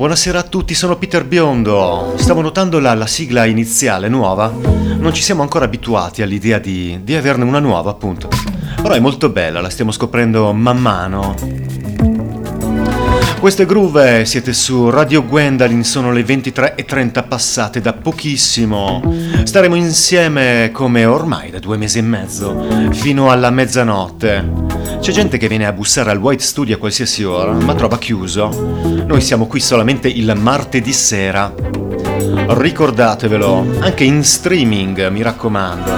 Buonasera a tutti, sono Peter Biondo. Stavo notando la sigla iniziale nuova. Non ci siamo ancora abituati all'idea di averne una nuova, appunto. Però è molto bella, la stiamo scoprendo man mano. Questo è Groove, siete su Radio Gwendolyn, sono le 23:30 passate da pochissimo. Staremo insieme come ormai da 2 mesi e mezzo, fino alla mezzanotte. C'è gente che viene a bussare al White Studio a qualsiasi ora, ma trova chiuso. Noi siamo qui solamente il martedì sera. Ricordatevelo, anche in streaming, mi raccomando.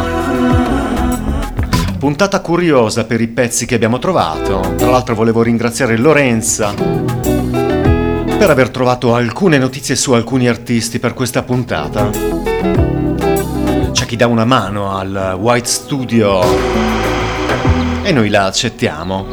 Puntata curiosa per i pezzi che abbiamo trovato. Tra l'altro volevo ringraziare Lorenza per aver trovato alcune notizie su alcuni artisti per questa puntata. C'è chi dà una mano al White Studio e noi la accettiamo.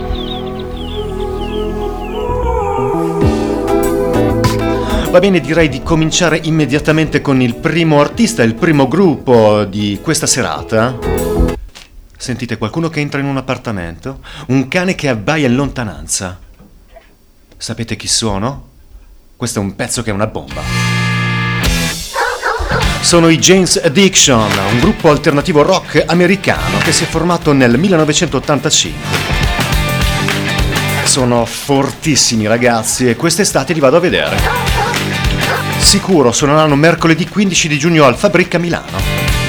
Va bene, direi di cominciare immediatamente con il primo artista, il primo gruppo di questa serata. Sentite qualcuno che entra in un appartamento? Un cane che abbaia in lontananza. Sapete chi sono? Questo è un pezzo che è una bomba. Sono i Jane's Addiction, un gruppo alternativo rock americano che si è formato nel 1985. Sono fortissimi ragazzi e quest'estate li vado a vedere. Sicuro suoneranno mercoledì 15 di giugno al Fabrica Milano.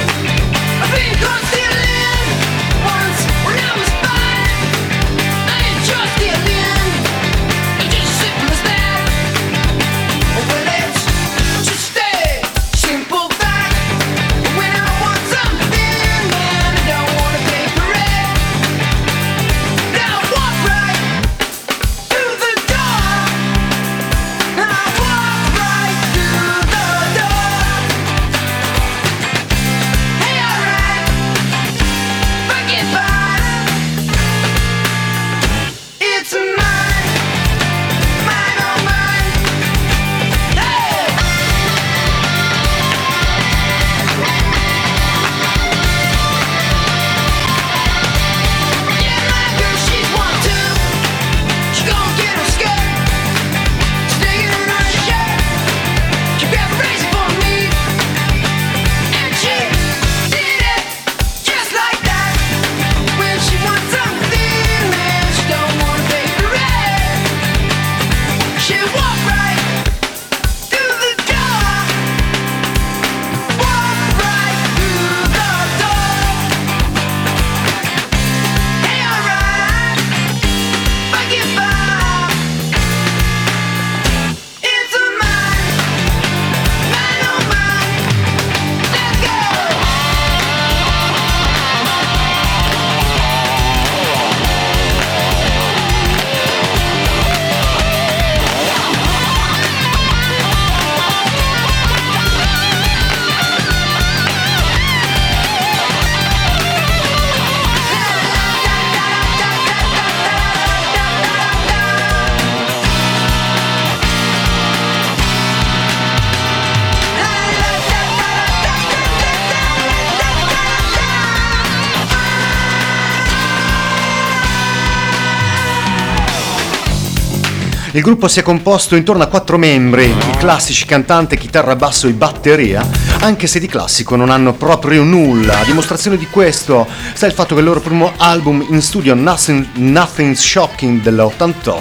Il gruppo si è composto intorno a 4 membri, i classici cantante, chitarra, basso e batteria, anche se di classico non hanno proprio nulla. A dimostrazione di questo sta il fatto che il loro primo album in studio, Nothing Shocking dell'88,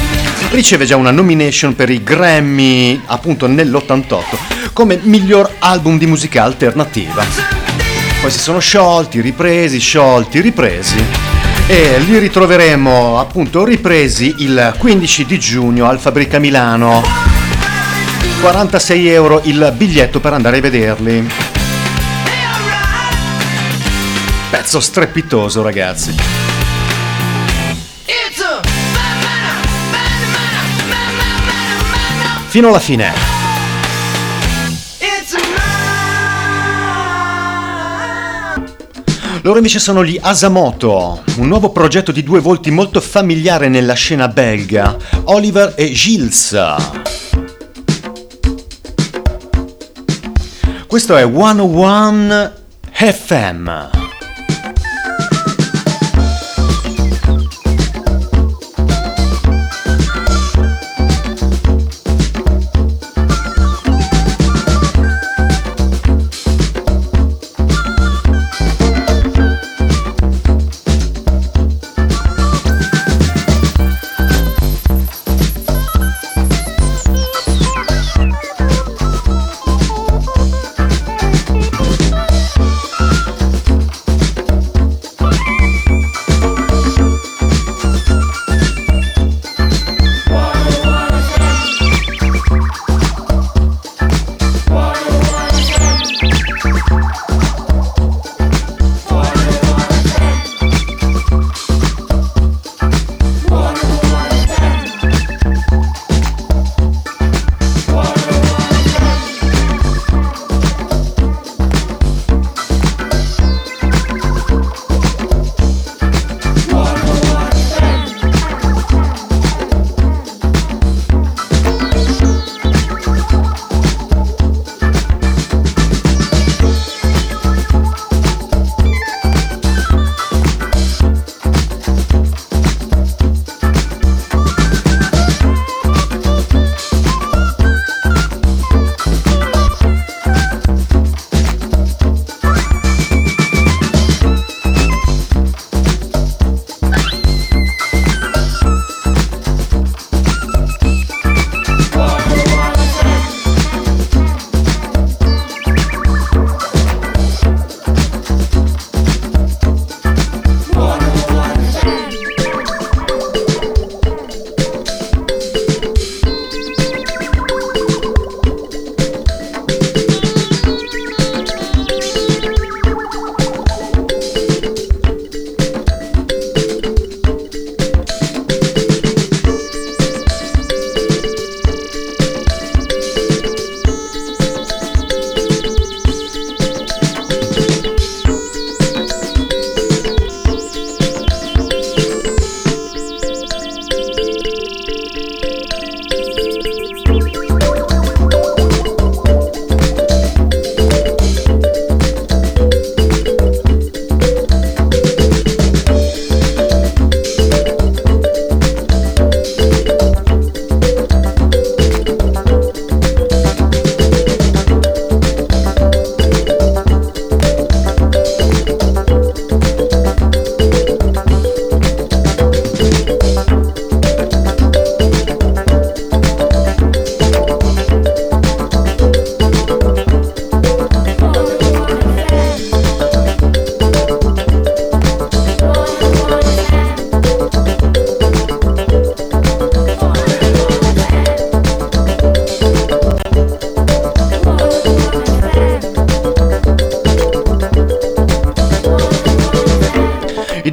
riceve già una nomination per i Grammy appunto nell'88 come miglior album di musica alternativa. Poi si sono sciolti, ripresi, e li ritroveremo appunto ripresi il 15 di giugno al Fabrica Milano. 46 euro il biglietto per andare a vederli. Pezzo strepitoso, ragazzi. Fino alla fine. Loro invece sono gli Asamoto, un nuovo progetto di 2 volti molto familiare nella scena belga, Oliver e Gilles. Questo è 101 FM.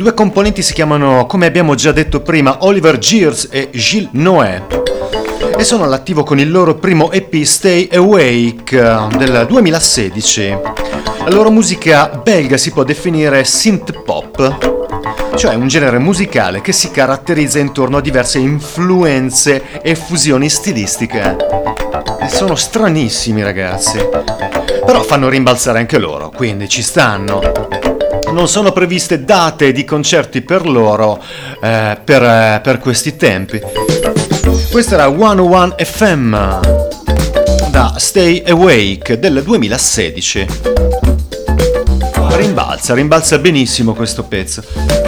due componenti si chiamano, come abbiamo già detto prima, Oliver Gears e Gilles Noé, e sono all'attivo con il loro primo EP Stay Awake del 2016. La loro musica belga si può definire synth pop, cioè un genere musicale che si caratterizza intorno a diverse influenze e fusioni stilistiche. E sono stranissimi, ragazzi, però fanno rimbalzare anche loro, quindi ci stanno. Non sono previste date di concerti per loro per questi tempi. Questo era 101 FM da Stay Awake del 2016. Rimbalza benissimo questo pezzo.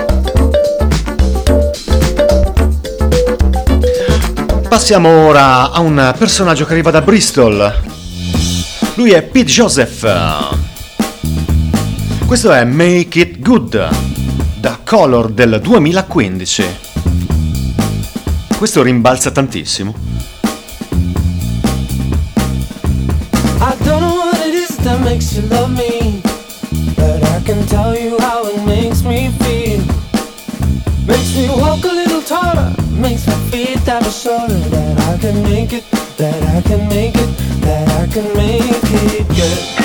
Passiamo ora a un personaggio che arriva da Bristol. Lui è Pete Joseph. Questo è Make It Good da Color del 2015. Questo rimbalza tantissimo. I don't know what it is that makes you love me, but I can tell you how it makes me feel. Makes me walk a little taller, makes me feel that I'm sure that I can make it, that I can make it, that I can make it good.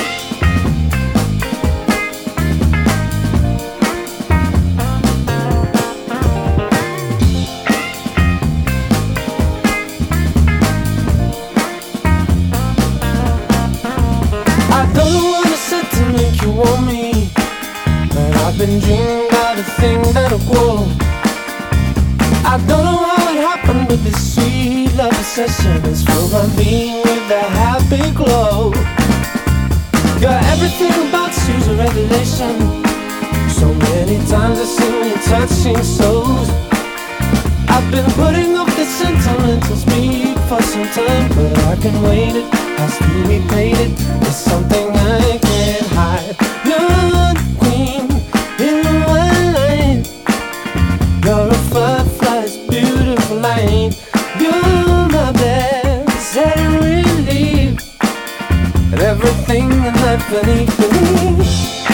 Been dreaming about a thing that'll grow. I don't know how it happened, but this sweet love obsession has filled my being with a happy glow. You're everything about you's a revelation. So many times I've seen you touching souls. I've been putting up the sentimental speed for some time, but I can wait it, I'll still repeat it. It's something I can't hide. You're the queen in my life. You're a firefly's beautiful light. You're my best relief, and everything in life beneath me.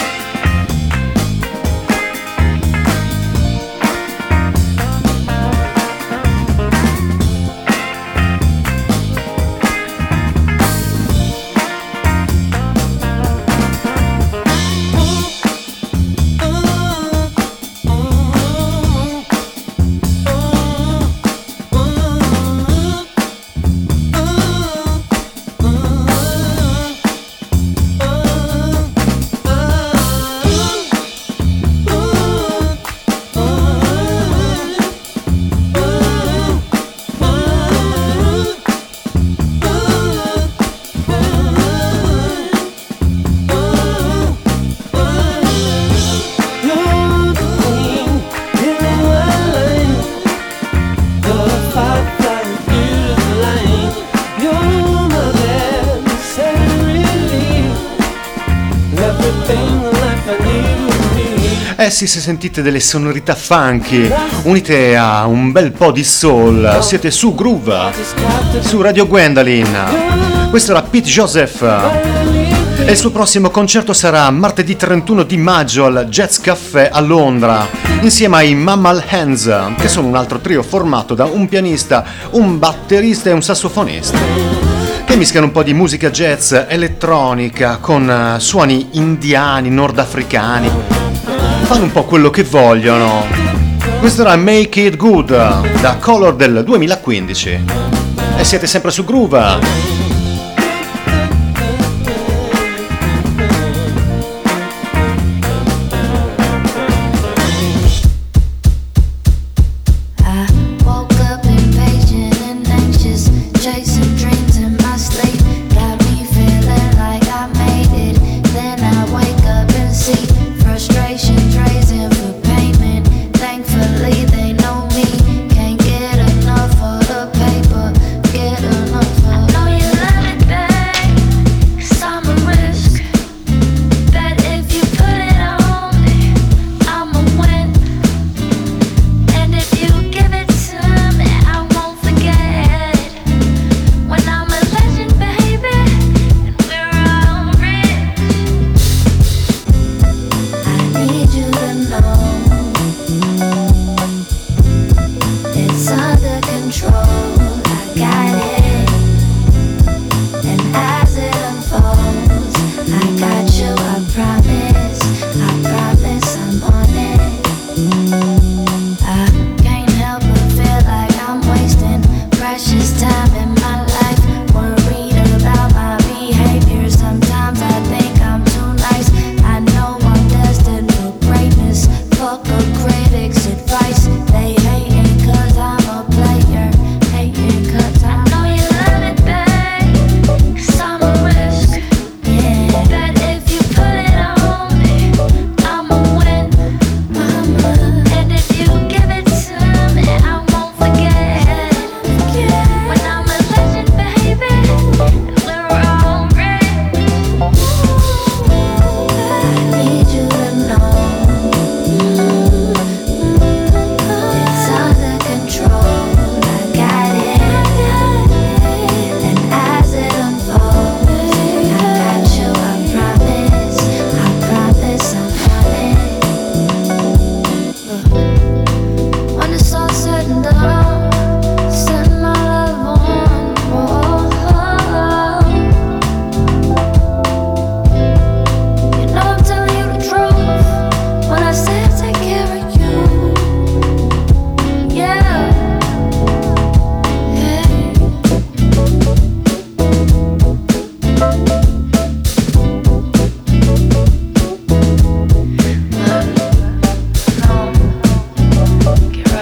Sì, se sentite delle sonorità funky unite a un bel po' di soul, siete su Groove, su Radio Gwendolyn. Questo era Pete Joseph e il suo prossimo concerto sarà martedì 31 di maggio al Jazz Café a Londra, insieme ai Mammal Hands, che sono un altro trio formato da un pianista, un batterista e un sassofonista, che mischiano un po' di musica jazz elettronica con suoni indiani, nordafricani. Fanno un po' quello che vogliono. Questo era Make It Good da Color del 2015 e siete sempre su Groove. Know you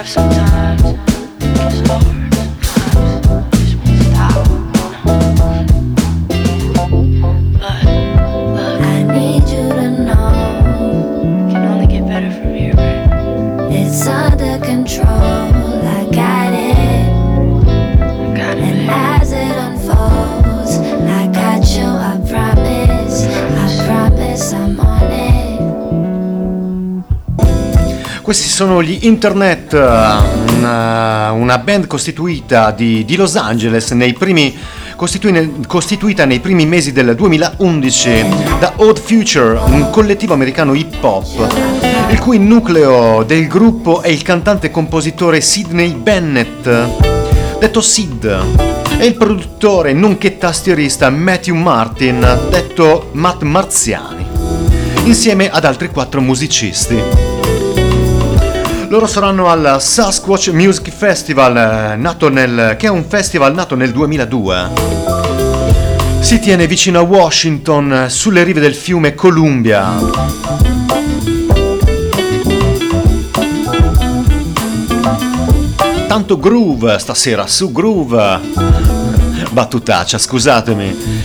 Questi sono gli Internet, una band costituita di Los Angeles costituita nei primi mesi del 2011 da Odd Future, un collettivo americano hip hop, il cui nucleo del gruppo è il cantante e compositore Sidney Bennett, detto Sid, e il produttore nonché tastierista Matthew Martin, detto Matt Marziani, insieme ad altri 4 musicisti. Loro saranno al Sasquatch Music Festival, che è un festival nato nel 2002. Si tiene vicino a Washington, sulle rive del fiume Columbia. Tanto groove stasera, su groove. Battutaccia, scusatemi.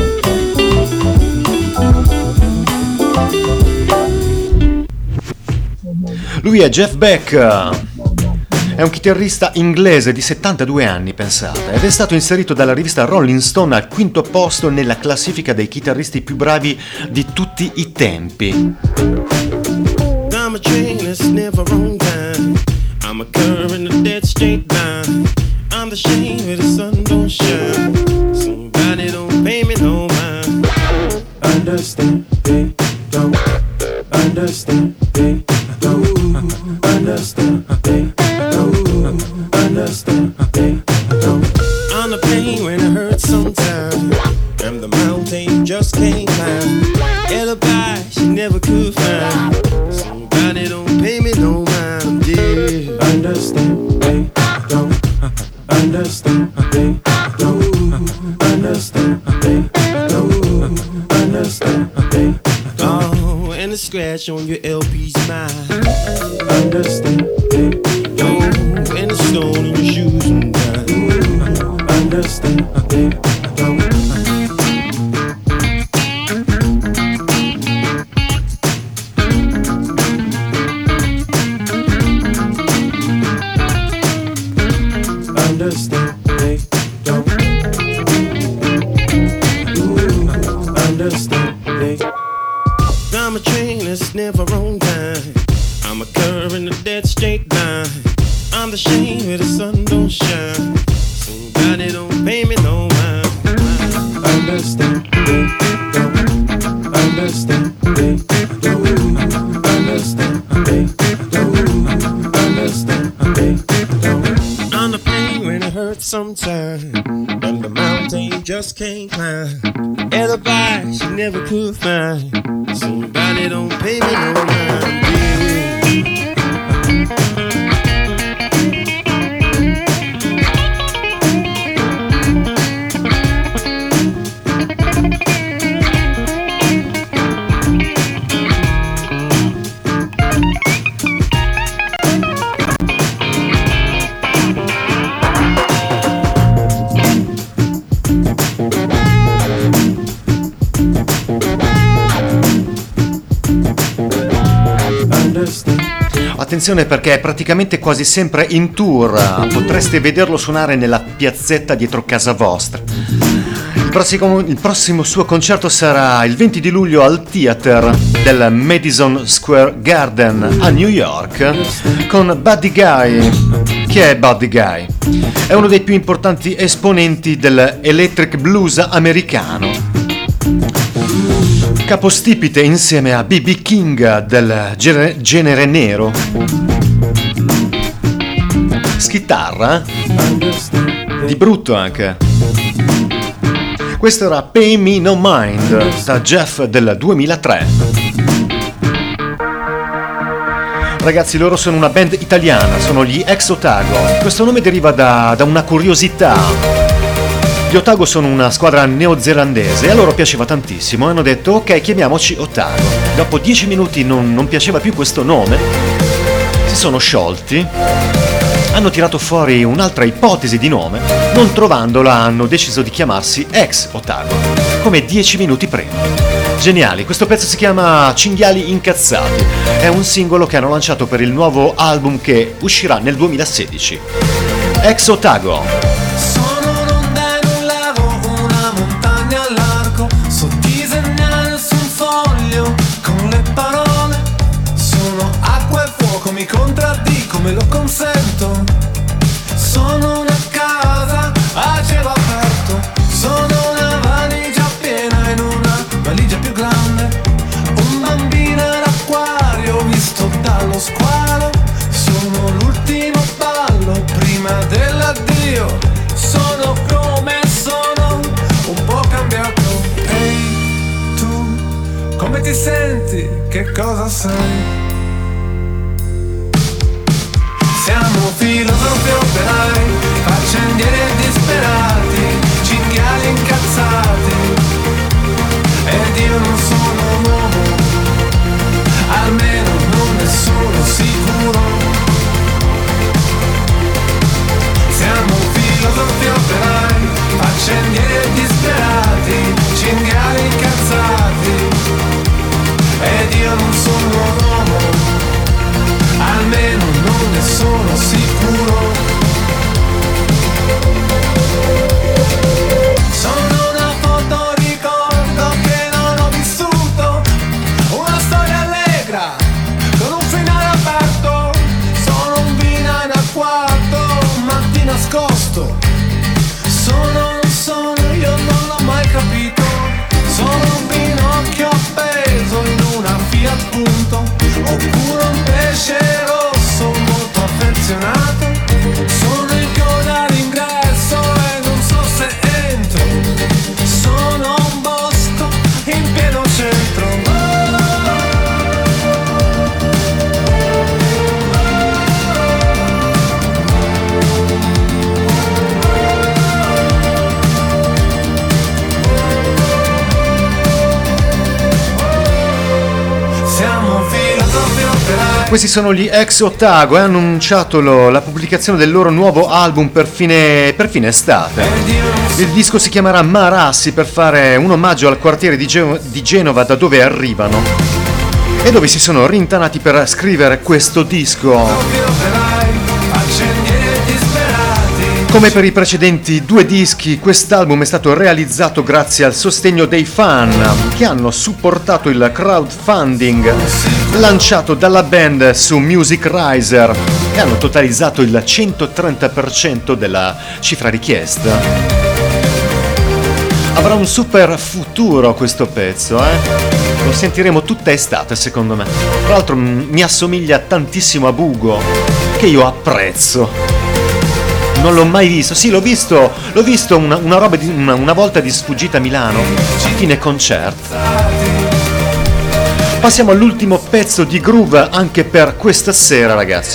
Lui è Jeff Beck, è un chitarrista inglese di 72 anni, pensate, ed è stato inserito dalla rivista Rolling Stone al 5° posto nella classifica dei chitarristi più bravi di tutti i tempi. I'm a train that's never on time. I'm a curve in a dead straight line. I'm the shade where the sun don't shine. Somebody don't pay me no mind. Understand, they don't understand, they don't understand, they don't understand, they don't. I'm the pain when it hurts sometimes. I'm the mountain you just can't climb. Alibi she never could find. Somebody don't pay me no mind, yeah. Understand, they don't understand, they don't understand, they don't understand, they don't. Oh, and a scratch on your LP's mind. Understand, they don't. And a stone in your shoes and understand, they don't. Understand, they don't. Understand, they. I'm a train that's never on time. I'm a curve in a dead straight line. I'm the shade where the sun don't shine. Somebody don't pay me no mind. Understand, they don't. Understand, they don't. Understand, they don't. Understand, they don't. I'm the pain when it hurts sometimes. I'm the mountain you just can't climb. Alibi she never could find. Somebody don't pay me no mind, yeah. Attenzione perché è praticamente quasi sempre in tour, potreste vederlo suonare nella piazzetta dietro casa vostra. Il prossimo suo concerto sarà il 20 di luglio al Theater del Madison Square Garden a New York con Buddy Guy. Chi è Buddy Guy? È uno dei più importanti esponenti dell'electric blues americano. Capostipite insieme a B.B. King del genere nero. Schitarra, di brutto anche. Questo era Pay Me No Mind da Jeff del 2003. Ragazzi, loro sono una band italiana, sono gli Ex Otago. Questo nome deriva da una curiosità. Gli Otago sono una squadra neozelandese e a loro piaceva tantissimo e hanno detto ok, chiamiamoci Otago. Dopo 10 minuti non piaceva più questo nome, si sono sciolti, hanno tirato fuori un'altra ipotesi di nome, non trovandola hanno deciso di chiamarsi Ex Otago, come 10 minuti prima. Geniali, questo pezzo si chiama Cinghiali Incazzati, è un singolo che hanno lanciato per il nuovo album che uscirà nel 2016. Ex Otago. Mi contraddico, me lo consento. Sono una casa a cielo aperto. Sono una valigia piena in una valigia più grande. Un bambino all'acquario visto dallo squalo. Sono l'ultimo ballo prima dell'addio. Sono come sono, un po' cambiato. Ehi, tu, come ti senti? Che cosa sei? Siamo filosofi operai, faccendieri disperati, cinghiali incazzati. Ed io non sono un uomo, almeno non ne sono sicuro. Siamo filosofi operai, faccendieri disperati, cinghiali incazzati. Ed io non sono un uomo, almeno non ne sono sicuro. Sono una foto ricordo che non ho vissuto, una storia allegra con un finale aperto. Sono un vino in acquato, ma di nascosto. Non sono, io non l'ho mai capito. Sono un Pinocchio appeso in una Fiat Punto, oppure un pesce rosso molto affezionato. Sono in coda all'ingresso e non so se entro. Sono un bosco in pieno centro. Questi sono gli Ex Otago e hanno annunciato la pubblicazione del loro nuovo album per fine estate. Il disco si chiamerà Marassi per fare un omaggio al quartiere di Genova da dove arrivano e dove si sono rintanati per scrivere questo disco. Come per i precedenti due dischi, quest'album è stato realizzato grazie al sostegno dei fan che hanno supportato il crowdfunding lanciato dalla band su Music Riser e hanno totalizzato il 130% della cifra richiesta. Avrà un super futuro questo pezzo, Lo sentiremo tutta estate secondo me. Tra l'altro mi assomiglia tantissimo a Bugo, che io apprezzo. Non l'ho mai visto, sì l'ho visto una roba una volta di sfuggita a Milano, a fine concerto. Passiamo all'ultimo pezzo di groove anche per questa sera, ragazzi.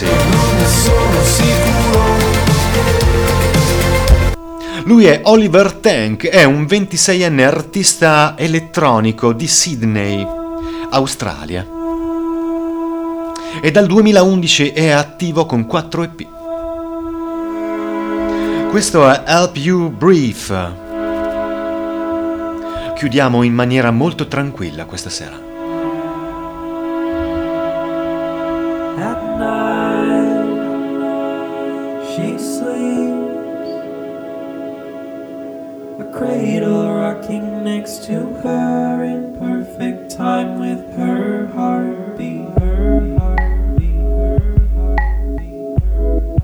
Lui è Oliver Tank, è un 26enne artista elettronico di Sydney, Australia. E dal 2011 è attivo con 4 EP. Questo è Help You Breathe. Chiudiamo in maniera molto tranquilla questa sera. At night, she sleeps, a cradle rocking next to her in perfect time with her heartbeat, her heartbeat, her heartbeat, her heartbeat.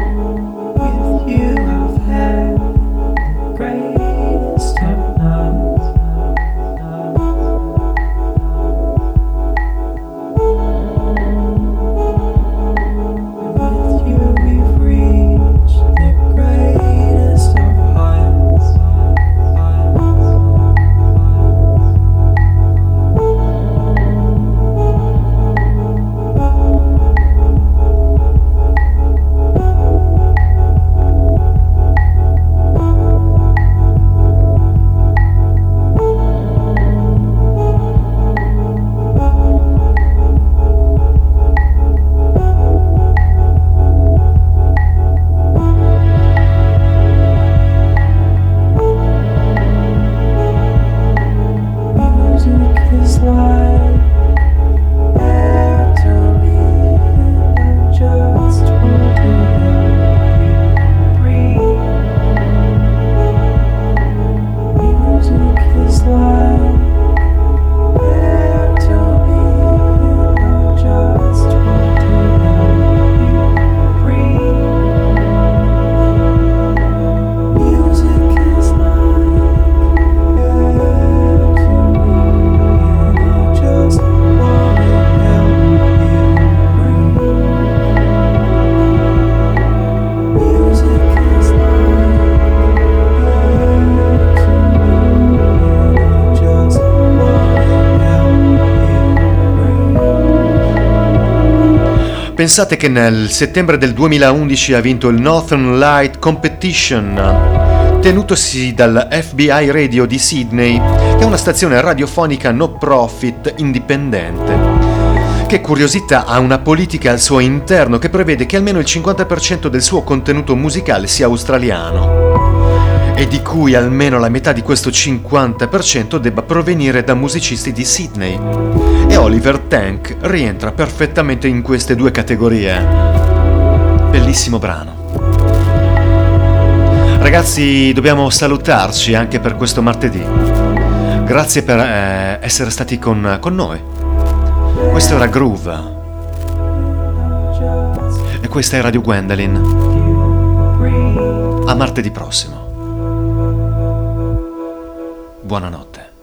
With you I've had the greatest of nights. Pensate che nel settembre del 2011 ha vinto il Northern Light Competition, tenutosi dal FBI Radio di Sydney, che è una stazione radiofonica no profit indipendente. Che curiosità, ha una politica al suo interno che prevede che almeno il 50% del suo contenuto musicale sia australiano e di cui almeno la metà di questo 50% debba provenire da musicisti di Sydney. E Oliver Tank rientra perfettamente in queste due categorie. Bellissimo brano. Ragazzi, dobbiamo salutarci anche per questo martedì. Grazie per essere stati con noi. Questo era Groove. E questa è Radio Gwendolyn. A martedì prossimo. Buonanotte.